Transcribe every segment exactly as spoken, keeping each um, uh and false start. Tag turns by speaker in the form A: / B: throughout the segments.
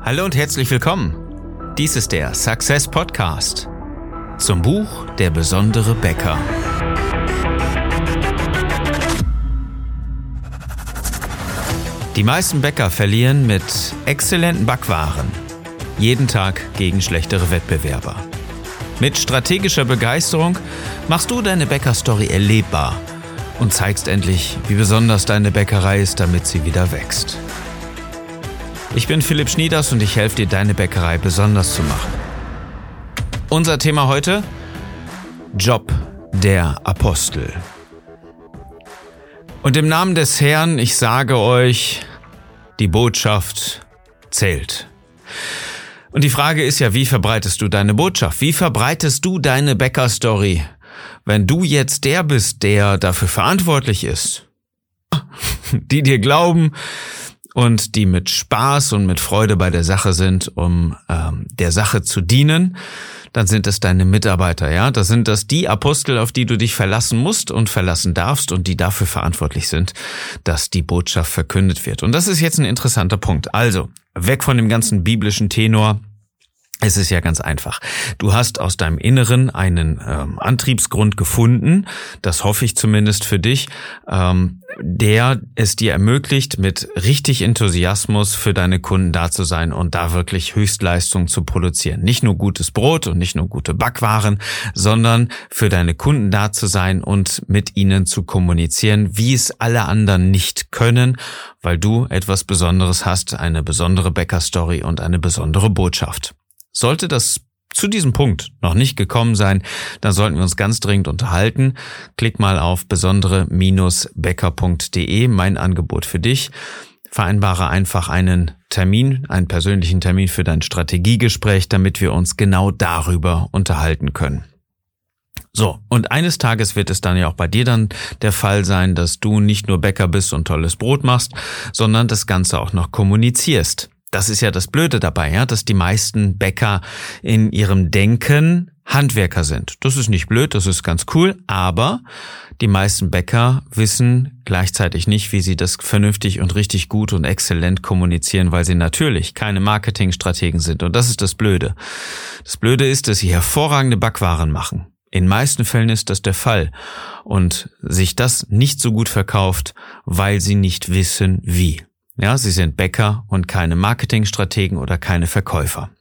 A: Hallo und herzlich willkommen. Dies ist der Success Podcast zum Buch Der besondere Bäcker. Die meisten Bäcker verlieren mit exzellenten Backwaren jeden Tag gegen schlechtere Wettbewerber. Mit strategischer Begeisterung machst du deine Bäckerstory erlebbar und zeigst endlich, wie besonders deine Bäckerei ist, damit sie wieder wächst. Ich bin Philipp Schnieders und ich helfe dir, deine Bäckerei besonders zu machen. Unser Thema heute: Job der Apostel. Und im Namen des Herrn, ich sage euch, die Botschaft zählt. Und die Frage ist ja, wie verbreitest du deine Botschaft? Wie verbreitest du deine Bäckerstory, wenn du jetzt der bist, der dafür verantwortlich ist? Die dir glauben und die mit Spaß und mit Freude bei der Sache sind, um ähm, der Sache zu dienen, dann sind es deine Mitarbeiter, ja? Das sind das die Apostel, auf die du dich verlassen musst und verlassen darfst und die dafür verantwortlich sind, dass die Botschaft verkündet wird. Und das ist jetzt ein interessanter Punkt. Also, weg von dem ganzen biblischen Tenor. Es ist ja ganz einfach. Du hast aus deinem Inneren einen ähm, Antriebsgrund gefunden, das hoffe ich zumindest für dich, ähm, der es dir ermöglicht, mit richtig Enthusiasmus für deine Kunden da zu sein und da wirklich Höchstleistung zu produzieren. Nicht nur gutes Brot und nicht nur gute Backwaren, sondern für deine Kunden da zu sein und mit ihnen zu kommunizieren, wie es alle anderen nicht können, weil du etwas Besonderes hast, eine besondere Bäckerstory und eine besondere Botschaft. Sollte das zu diesem Punkt noch nicht gekommen sein, dann sollten wir uns ganz dringend unterhalten. Klick mal auf besondere Bäcker punkt de, mein Angebot für dich. Vereinbare einfach einen Termin, einen persönlichen Termin für dein Strategiegespräch, damit wir uns genau darüber unterhalten können. So, und eines Tages wird es dann ja auch bei dir dann der Fall sein, dass du nicht nur Bäcker bist und tolles Brot machst, sondern das Ganze auch noch kommunizierst. Das ist ja das Blöde dabei, ja, dass die meisten Bäcker in ihrem Denken Handwerker sind. Das ist nicht blöd, das ist ganz cool, aber die meisten Bäcker wissen gleichzeitig nicht, wie sie das vernünftig und richtig gut und exzellent kommunizieren, weil sie natürlich keine Marketingstrategen sind. Und das ist das Blöde. Das Blöde ist, dass sie hervorragende Backwaren machen. In meisten Fällen ist das der Fall und sich das nicht so gut verkauft, weil sie nicht wissen, wie. Ja, sie sind Bäcker und keine Marketingstrategen oder keine Verkäufer.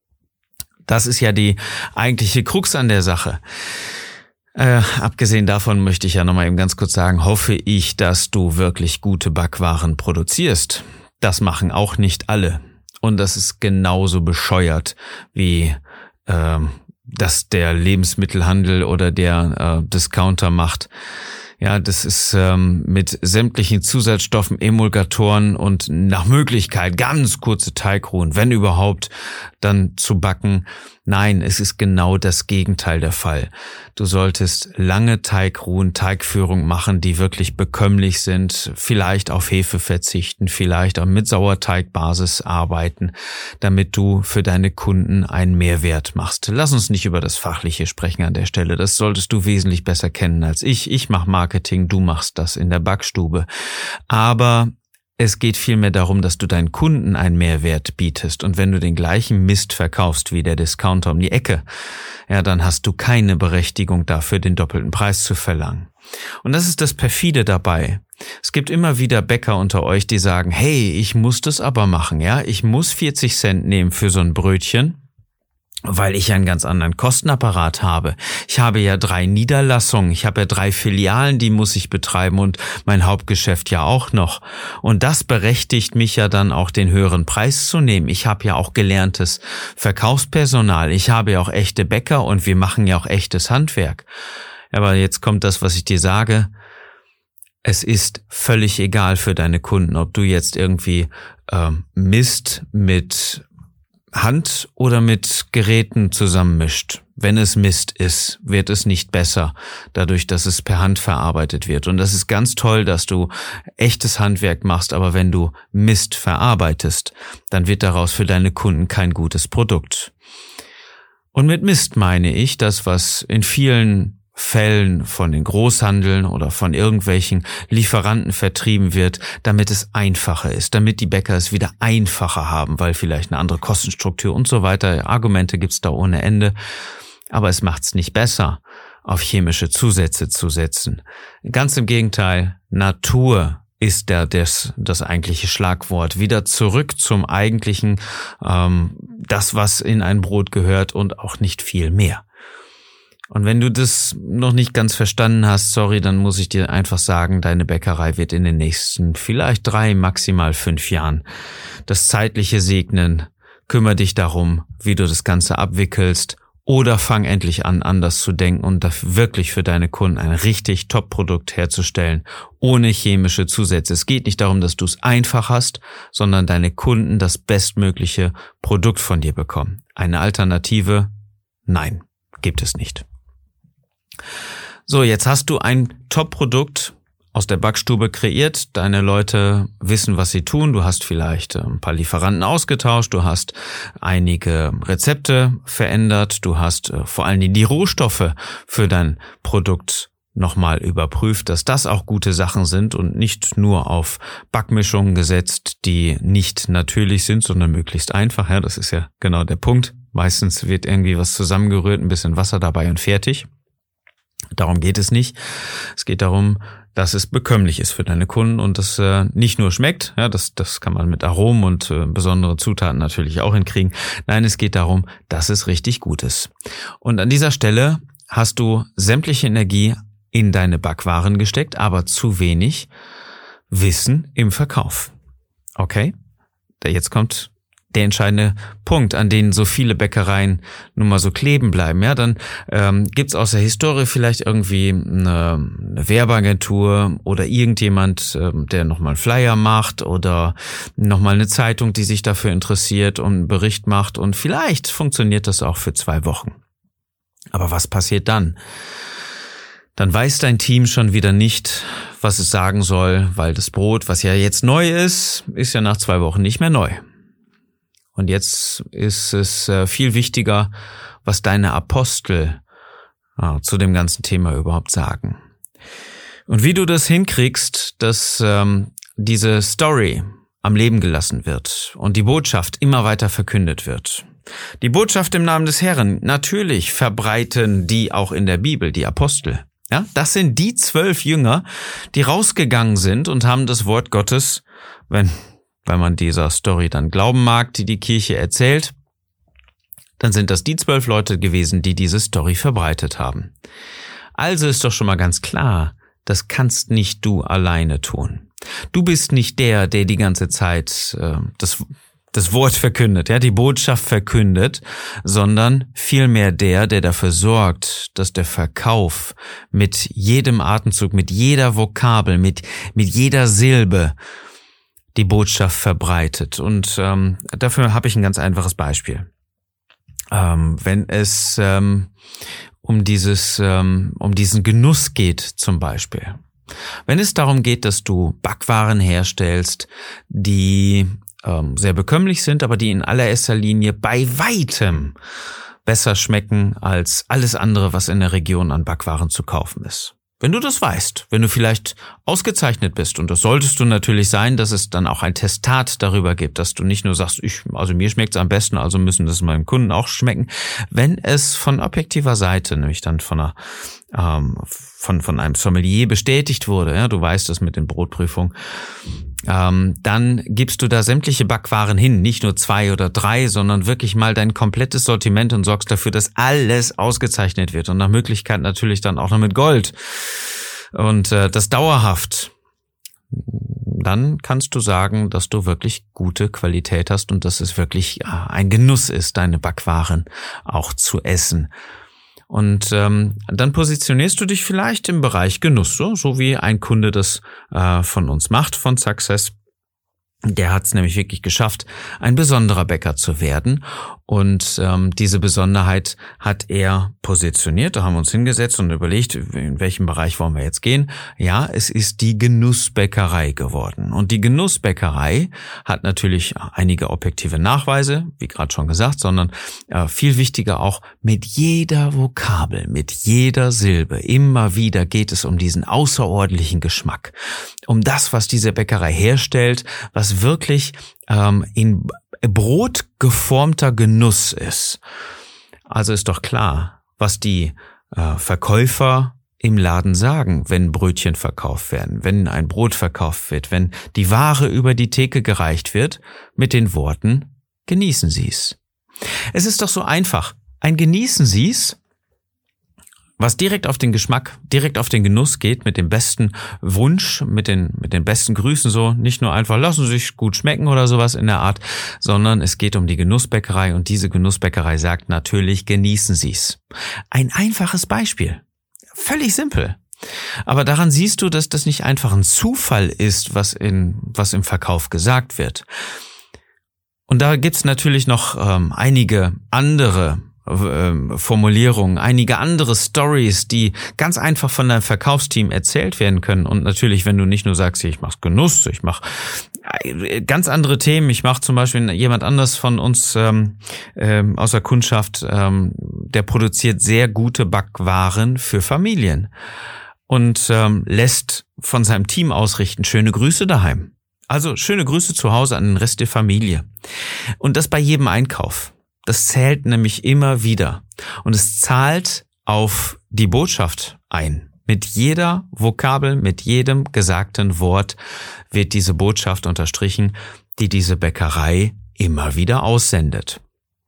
A: Das ist ja die eigentliche Krux an der Sache. Äh, abgesehen davon möchte ich ja nochmal eben ganz kurz sagen, hoffe ich, dass du wirklich gute Backwaren produzierst. Das machen auch nicht alle. Und das ist genauso bescheuert wie äh, das der Lebensmittelhandel oder der äh, Discounter macht. Ja, das ist ähm, mit sämtlichen Zusatzstoffen, Emulgatoren und nach Möglichkeit ganz kurze Teigruhen, wenn überhaupt, dann zu backen. Nein, es ist genau das Gegenteil der Fall. Du solltest lange Teigruhen, Teigführung machen, die wirklich bekömmlich sind, vielleicht auf Hefe verzichten, vielleicht auch mit Sauerteigbasis arbeiten, damit du für deine Kunden einen Mehrwert machst. Lass uns nicht über das Fachliche sprechen an der Stelle. Das solltest du wesentlich besser kennen als ich. Ich mache Marketing, du machst das in der Backstube. Aber es geht vielmehr darum, dass du deinen Kunden einen Mehrwert bietest. Und wenn du den gleichen Mist verkaufst wie der Discounter um die Ecke, ja, dann hast du keine Berechtigung dafür, den doppelten Preis zu verlangen. Und das ist das Perfide dabei. Es gibt immer wieder Bäcker unter euch, die sagen, hey, ich muss das aber machen, ja, ich muss vierzig Cent nehmen für so ein Brötchen, weil ich einen ganz anderen Kostenapparat habe. Ich habe ja drei Niederlassungen, ich habe ja drei Filialen, die muss ich betreiben und mein Hauptgeschäft ja auch noch. Und das berechtigt mich ja dann auch, den höheren Preis zu nehmen. Ich habe ja auch gelerntes Verkaufspersonal, ich habe ja auch echte Bäcker und wir machen ja auch echtes Handwerk. Aber jetzt kommt das, was ich dir sage. Es ist völlig egal für deine Kunden, ob du jetzt irgendwie ähm, Mist mit Hand oder mit Geräten zusammenmischt. Wenn es Mist ist, wird es nicht besser, dadurch, dass es per Hand verarbeitet wird. Und das ist ganz toll, dass du echtes Handwerk machst, aber wenn du Mist verarbeitest, dann wird daraus für deine Kunden kein gutes Produkt. Und mit Mist meine ich das, was in vielen Fällen von den Großhandeln oder von irgendwelchen Lieferanten vertrieben wird, damit es einfacher ist, damit die Bäcker es wieder einfacher haben, weil vielleicht eine andere Kostenstruktur und so weiter. Argumente gibt's da ohne Ende, aber es macht's nicht besser, auf chemische Zusätze zu setzen. Ganz im Gegenteil, Natur ist da das, das eigentliche Schlagwort. Wieder zurück zum eigentlichen, ähm, das, was in ein Brot gehört und auch nicht viel mehr. Und wenn du das noch nicht ganz verstanden hast, sorry, dann muss ich dir einfach sagen, deine Bäckerei wird in den nächsten vielleicht drei, maximal fünf Jahren das Zeitliche segnen. Kümmere dich darum, wie du das Ganze abwickelst, oder fang endlich an, anders zu denken und wirklich für deine Kunden ein richtig Top-Produkt herzustellen, ohne chemische Zusätze. Es geht nicht darum, dass du es einfach hast, sondern deine Kunden das bestmögliche Produkt von dir bekommen. Eine Alternative? Nein, gibt es nicht. So, jetzt hast du ein Top-Produkt aus der Backstube kreiert. Deine Leute wissen, was sie tun. Du hast vielleicht ein paar Lieferanten ausgetauscht. Du hast einige Rezepte verändert. Du hast vor allen Dingen die Rohstoffe für dein Produkt nochmal überprüft, dass das auch gute Sachen sind und nicht nur auf Backmischungen gesetzt, die nicht natürlich sind, sondern möglichst einfach. Ja, das ist ja genau der Punkt. Meistens wird irgendwie was zusammengerührt, ein bisschen Wasser dabei und fertig. Darum geht es nicht. Es geht darum, dass es bekömmlich ist für deine Kunden und das äh, nicht nur schmeckt, ja, das das kann man mit Aromen und äh, besondere Zutaten natürlich auch hinkriegen. Nein, es geht darum, dass es richtig gut ist. Und an dieser Stelle hast du sämtliche Energie in deine Backwaren gesteckt, aber zu wenig Wissen im Verkauf. Okay? Jetzt kommt der entscheidende Punkt, an den so viele Bäckereien nun mal so kleben bleiben. Ja, dann ähm, gibt's aus der Historie vielleicht irgendwie eine, eine Werbeagentur oder irgendjemand, ähm, der nochmal einen Flyer macht oder nochmal eine Zeitung, die sich dafür interessiert und einen Bericht macht und vielleicht funktioniert das auch für zwei Wochen. Aber was passiert dann? Dann weiß dein Team schon wieder nicht, was es sagen soll, weil das Brot, was ja jetzt neu ist, ist ja nach zwei Wochen nicht mehr neu. Und jetzt ist es viel wichtiger, was deine Apostel äh, zu dem ganzen Thema überhaupt sagen. Und wie du das hinkriegst, dass ähm, diese Story am Leben gelassen wird und die Botschaft immer weiter verkündet wird. Die Botschaft im Namen des Herrn, natürlich verbreiten die auch in der Bibel, die Apostel. Ja, das sind die zwölf Jünger, die rausgegangen sind und haben das Wort Gottes, wenn Wenn man dieser Story dann glauben mag, die die Kirche erzählt, dann sind das die zwölf Leute gewesen, die diese Story verbreitet haben. Also ist doch schon mal ganz klar, das kannst nicht du alleine tun. Du bist nicht der, der die ganze Zeit äh, das, das Wort verkündet, ja, die Botschaft verkündet, sondern vielmehr der, der dafür sorgt, dass der Verkauf mit jedem Atemzug, mit jeder Vokabel, mit, mit jeder Silbe die Botschaft verbreitet. Und ähm, dafür habe ich ein ganz einfaches Beispiel. Ähm, wenn es ähm, um dieses, ähm, um diesen Genuss geht zum Beispiel. Wenn es darum geht, dass du Backwaren herstellst, die ähm, sehr bekömmlich sind, aber die in allererster Linie bei weitem besser schmecken als alles andere, was in der Region an Backwaren zu kaufen ist. Wenn du das weißt, wenn du vielleicht ausgezeichnet bist, und das solltest du natürlich sein, dass es dann auch ein Testat darüber gibt, dass du nicht nur sagst, ich, also mir schmeckt's am besten, also müssen das meinem Kunden auch schmecken. Wenn es von objektiver Seite, nämlich dann von einer, ähm, von, von einem Sommelier bestätigt wurde, ja, du weißt das mit den Brotprüfungen, ähm, dann gibst du da sämtliche Backwaren hin, nicht nur zwei oder drei, sondern wirklich mal dein komplettes Sortiment und sorgst dafür, dass alles ausgezeichnet wird und nach Möglichkeit natürlich dann auch noch mit Gold und äh, das dauerhaft. Dann kannst du sagen, dass du wirklich gute Qualität hast und dass es wirklich äh, ein Genuss ist, deine Backwaren auch zu essen. Und ähm, dann positionierst du dich vielleicht im Bereich Genuss, so, so wie ein Kunde das äh, von uns macht, von Success. Der hat es nämlich wirklich geschafft, ein besonderer Bäcker zu werden. Und ähm, diese Besonderheit hat er positioniert. Da haben wir uns hingesetzt und überlegt, in welchem Bereich wollen wir jetzt gehen. Ja, es ist die Genussbäckerei geworden. Und die Genussbäckerei hat natürlich einige objektive Nachweise, wie gerade schon gesagt, sondern äh, viel wichtiger auch mit jeder Vokabel, mit jeder Silbe. Immer wieder geht es um diesen außerordentlichen Geschmack, um das, was diese Bäckerei herstellt, was wirklich ähm, in Brot geformter Genuss ist. Also ist doch klar, was die äh, Verkäufer im Laden sagen, wenn Brötchen verkauft werden, wenn ein Brot verkauft wird, wenn die Ware über die Theke gereicht wird, mit den Worten, genießen Sie's. Es ist doch so einfach. Ein Genießen Sie's, was direkt auf den Geschmack, direkt auf den Genuss geht, mit dem besten Wunsch, mit den mit den besten Grüßen so, nicht nur einfach lassen Sie sich gut schmecken oder sowas in der Art, sondern es geht um die Genussbäckerei und diese Genussbäckerei sagt natürlich, genießen Sie's. Ein einfaches Beispiel. Völlig simpel. Aber daran siehst du, dass das nicht einfach ein Zufall ist, was in was im Verkauf gesagt wird. Und da gibt's natürlich noch ähm, einige andere Formulierungen, einige andere Stories, die ganz einfach von deinem Verkaufsteam erzählt werden können. Und natürlich, wenn du nicht nur sagst, ich mach's Genuss, ich mach ganz andere Themen. Ich mache zum Beispiel jemand anders von uns ähm, ähm, aus der Kundschaft, ähm, der produziert sehr gute Backwaren für Familien und ähm, lässt von seinem Team ausrichten, schöne Grüße daheim. Also schöne Grüße zu Hause an den Rest der Familie. Und das bei jedem Einkauf. Das zählt nämlich immer wieder und es zahlt auf die Botschaft ein. Mit jeder Vokabel, mit jedem gesagten Wort wird diese Botschaft unterstrichen, die diese Bäckerei immer wieder aussendet.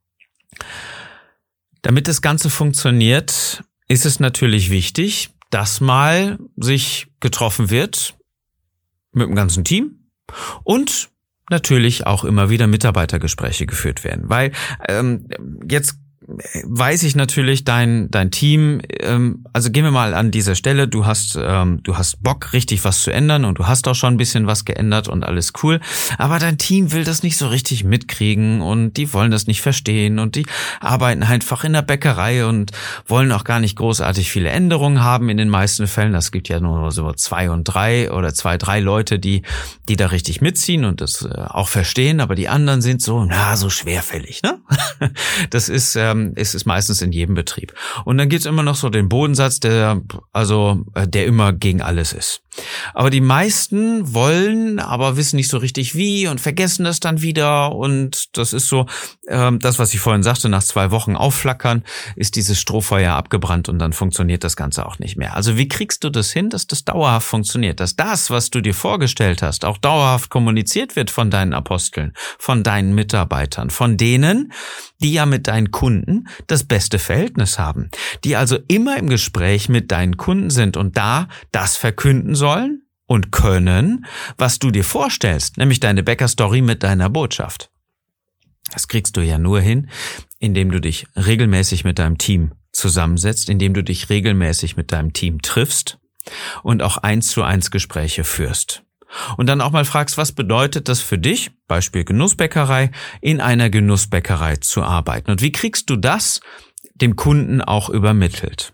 A: Damit das Ganze funktioniert, ist es natürlich wichtig, dass mal sich getroffen wird mit dem ganzen Team und natürlich auch immer wieder Mitarbeitergespräche geführt werden, weil ähm, jetzt weiß ich natürlich dein dein Team, ähm, also gehen wir mal an dieser Stelle, du hast ähm, du hast Bock richtig was zu ändern und du hast auch schon ein bisschen was geändert und alles cool, aber dein Team will das nicht so richtig mitkriegen und die wollen das nicht verstehen und die arbeiten einfach in der Bäckerei und wollen auch gar nicht großartig viele Änderungen haben in den meisten Fällen. Das gibt ja nur so zwei und drei oder zwei, drei Leute, die die da richtig mitziehen und das äh, auch verstehen, aber die anderen sind so, na, so schwerfällig, ne? Das ist ähm, ist es meistens in jedem Betrieb. Und dann gibt's immer noch so den Bodensatz, der also der immer gegen alles ist. Aber die meisten wollen, aber wissen nicht so richtig wie und vergessen das dann wieder. Und das ist so, ähm, das, was ich vorhin sagte, nach zwei Wochen aufflackern, ist dieses Strohfeuer abgebrannt und dann funktioniert das Ganze auch nicht mehr. Also wie kriegst du das hin, dass das dauerhaft funktioniert? Dass das, was du dir vorgestellt hast, auch dauerhaft kommuniziert wird von deinen Aposteln, von deinen Mitarbeitern, von denen, die ja mit deinen Kunden das beste Verhältnis haben, die also immer im Gespräch mit deinen Kunden sind und da das verkünden sollen und können, was du dir vorstellst, nämlich deine Bäckerstory mit deiner Botschaft. Das kriegst du ja nur hin, indem du dich regelmäßig mit deinem Team zusammensetzt, indem du dich regelmäßig mit deinem Team triffst und auch eins zu eins Gespräche führst. Und dann auch mal fragst, was bedeutet das für dich, Beispiel Genussbäckerei, in einer Genussbäckerei zu arbeiten? Und wie kriegst du das dem Kunden auch übermittelt?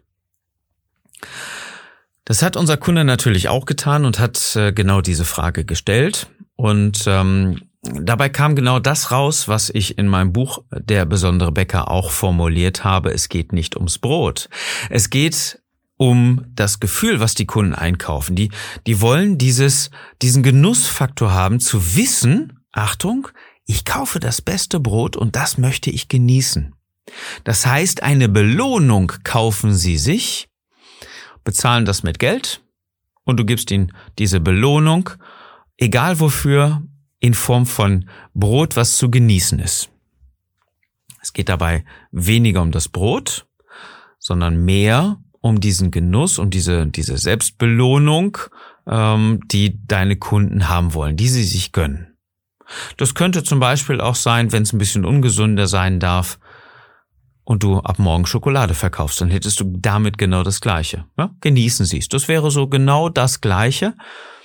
A: Das hat unser Kunde natürlich auch getan und hat äh, genau diese Frage gestellt. Und ähm, dabei kam genau das raus, was ich in meinem Buch Der besondere Bäcker auch formuliert habe. Es geht nicht ums Brot. Es geht um das Gefühl, was die Kunden einkaufen. Die, die wollen dieses, diesen Genussfaktor haben, zu wissen, Achtung, ich kaufe das beste Brot und das möchte ich genießen. Das heißt, eine Belohnung kaufen sie sich, bezahlen das mit Geld und du gibst ihnen diese Belohnung, egal wofür, in Form von Brot, was zu genießen ist. Es geht dabei weniger um das Brot, sondern mehr um diesen Genuss, um diese diese Selbstbelohnung, ähm, die deine Kunden haben wollen, die sie sich gönnen. Das könnte zum Beispiel auch sein, wenn es ein bisschen ungesünder sein darf und du ab morgen Schokolade verkaufst, dann hättest du damit genau das Gleiche. Ja? Genießen sie es. Das wäre so genau das Gleiche.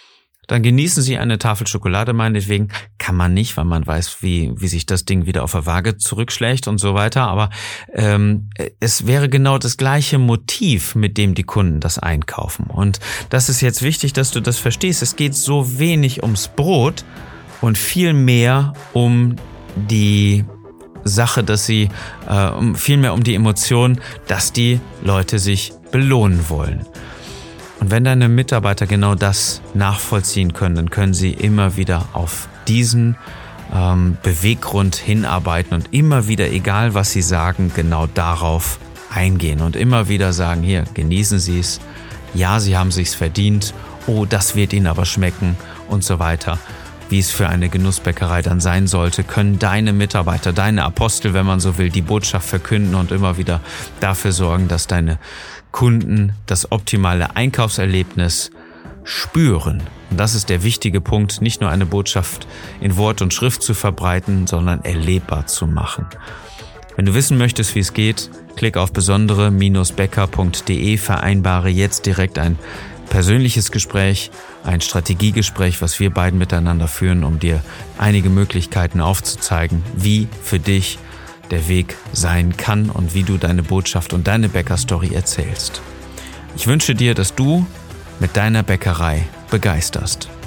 A: dann genießen Sie eine Tafel Schokolade meinetwegen. Kann man nicht, weil man weiß, wie wie sich das Ding wieder auf der Waage zurückschlägt und so weiter. Aber ähm, es wäre genau das gleiche Motiv, mit dem die Kunden das einkaufen. Und das ist jetzt wichtig, dass du das verstehst. Es geht so wenig ums Brot und viel mehr um die Sache, dass sie äh, um, viel mehr um die Emotion, dass die Leute sich belohnen wollen. Und wenn deine Mitarbeiter genau das nachvollziehen können, dann können sie immer wieder auf diesen ähm, Beweggrund hinarbeiten und immer wieder, egal was sie sagen, genau darauf eingehen und immer wieder sagen, hier, genießen Sie es, ja, Sie haben sich's verdient, oh, das wird Ihnen aber schmecken und so weiter. Wie es für eine Genussbäckerei dann sein sollte, können deine Mitarbeiter, deine Apostel, wenn man so will, die Botschaft verkünden und immer wieder dafür sorgen, dass deine Kunden das optimale Einkaufserlebnis spüren. Und das ist der wichtige Punkt, nicht nur eine Botschaft in Wort und Schrift zu verbreiten, sondern erlebbar zu machen. Wenn du wissen möchtest, wie es geht, klick auf besondere Bindestrich bäcker punkt de, vereinbare jetzt direkt ein persönliches Gespräch, ein Strategiegespräch, was wir beiden miteinander führen, um dir einige Möglichkeiten aufzuzeigen, wie für dich der Weg sein kann und wie du deine Botschaft und deine Bäckerstory erzählst. Ich wünsche dir, dass du mit deiner Bäckerei begeisterst.